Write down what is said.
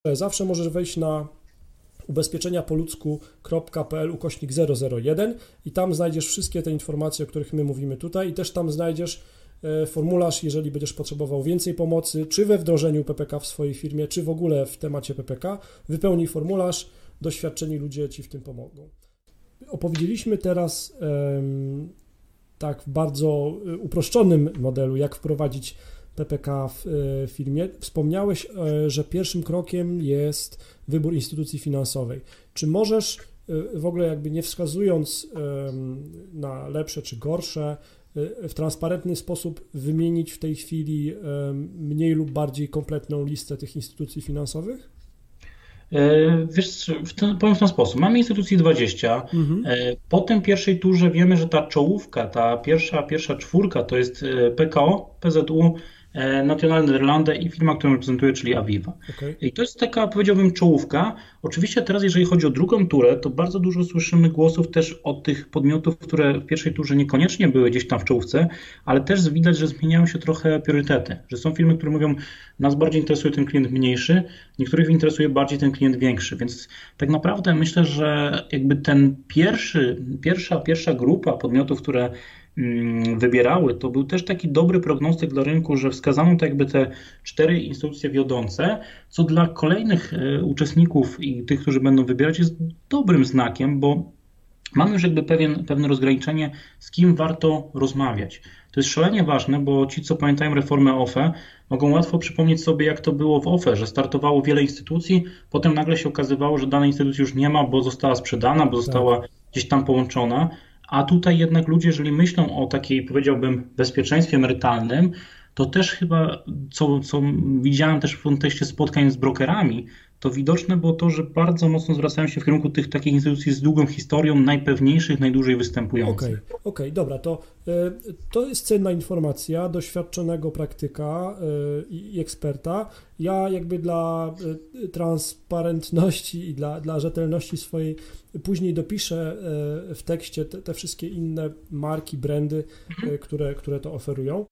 Zawsze możesz wejść na ubezpieczeniapoludzku.pl/001 i tam znajdziesz wszystkie te informacje, o których my mówimy tutaj i też tam znajdziesz formularz, jeżeli będziesz potrzebował więcej pomocy, czy we wdrożeniu PPK w swojej firmie, czy w ogóle w temacie PPK. Wypełnij formularz, doświadczeni ludzie Ci w tym pomogą. Opowiedzieliśmy teraz tak w bardzo uproszczonym modelu, jak wprowadzić PPK w firmie. Wspomniałeś, że pierwszym krokiem jest wybór instytucji finansowej. Czy możesz w ogóle jakby nie wskazując na lepsze czy gorsze, w transparentny sposób wymienić w tej chwili mniej lub bardziej kompletną listę tych instytucji finansowych? Wiesz, powiem w ten sposób. Mamy instytucji 20. Po tym pierwszej turze wiemy, że ta czołówka, ta pierwsza czwórka to jest PKO, PZU, Nationale Nederlanden i firma, którą reprezentuję, czyli Aviva. Okay. I to jest taka, powiedziałbym, czołówka. Oczywiście teraz, jeżeli chodzi o drugą turę, to bardzo dużo słyszymy głosów też od tych podmiotów, które w pierwszej turze niekoniecznie były gdzieś tam w czołówce, ale też widać, że zmieniają się trochę priorytety. Że są firmy, które mówią, nas bardziej interesuje ten klient mniejszy, niektórych interesuje bardziej ten klient większy. Więc tak naprawdę myślę, że jakby ten pierwsza grupa podmiotów, które wybierały, to był też taki dobry prognostyk dla rynku, że wskazano tak jakby te 4 instytucje wiodące, co dla kolejnych uczestników i tych, którzy będą wybierać, jest dobrym znakiem, bo mamy już jakby pewne rozgraniczenie, z kim warto rozmawiać. To jest szalenie ważne, bo ci, co pamiętają reformę OFE, mogą łatwo przypomnieć sobie, jak to było w OFE, że startowało wiele instytucji, potem nagle się okazywało, że danej instytucji już nie ma, bo została sprzedana, bo została gdzieś tam połączona. A tutaj jednak ludzie, jeżeli myślą o takiej, powiedziałbym, bezpieczeństwie emerytalnym, to też chyba, co widziałem też w kontekście spotkań z brokerami, to widoczne było to, że bardzo mocno zwracają się w kierunku tych takich instytucji z długą historią, najpewniejszych, najdłużej występujących. Okej, dobra, to jest cenna informacja doświadczonego praktyka i eksperta. Ja jakby dla transparentności i dla rzetelności swojej później dopiszę w tekście te wszystkie inne marki, brandy, które to oferują.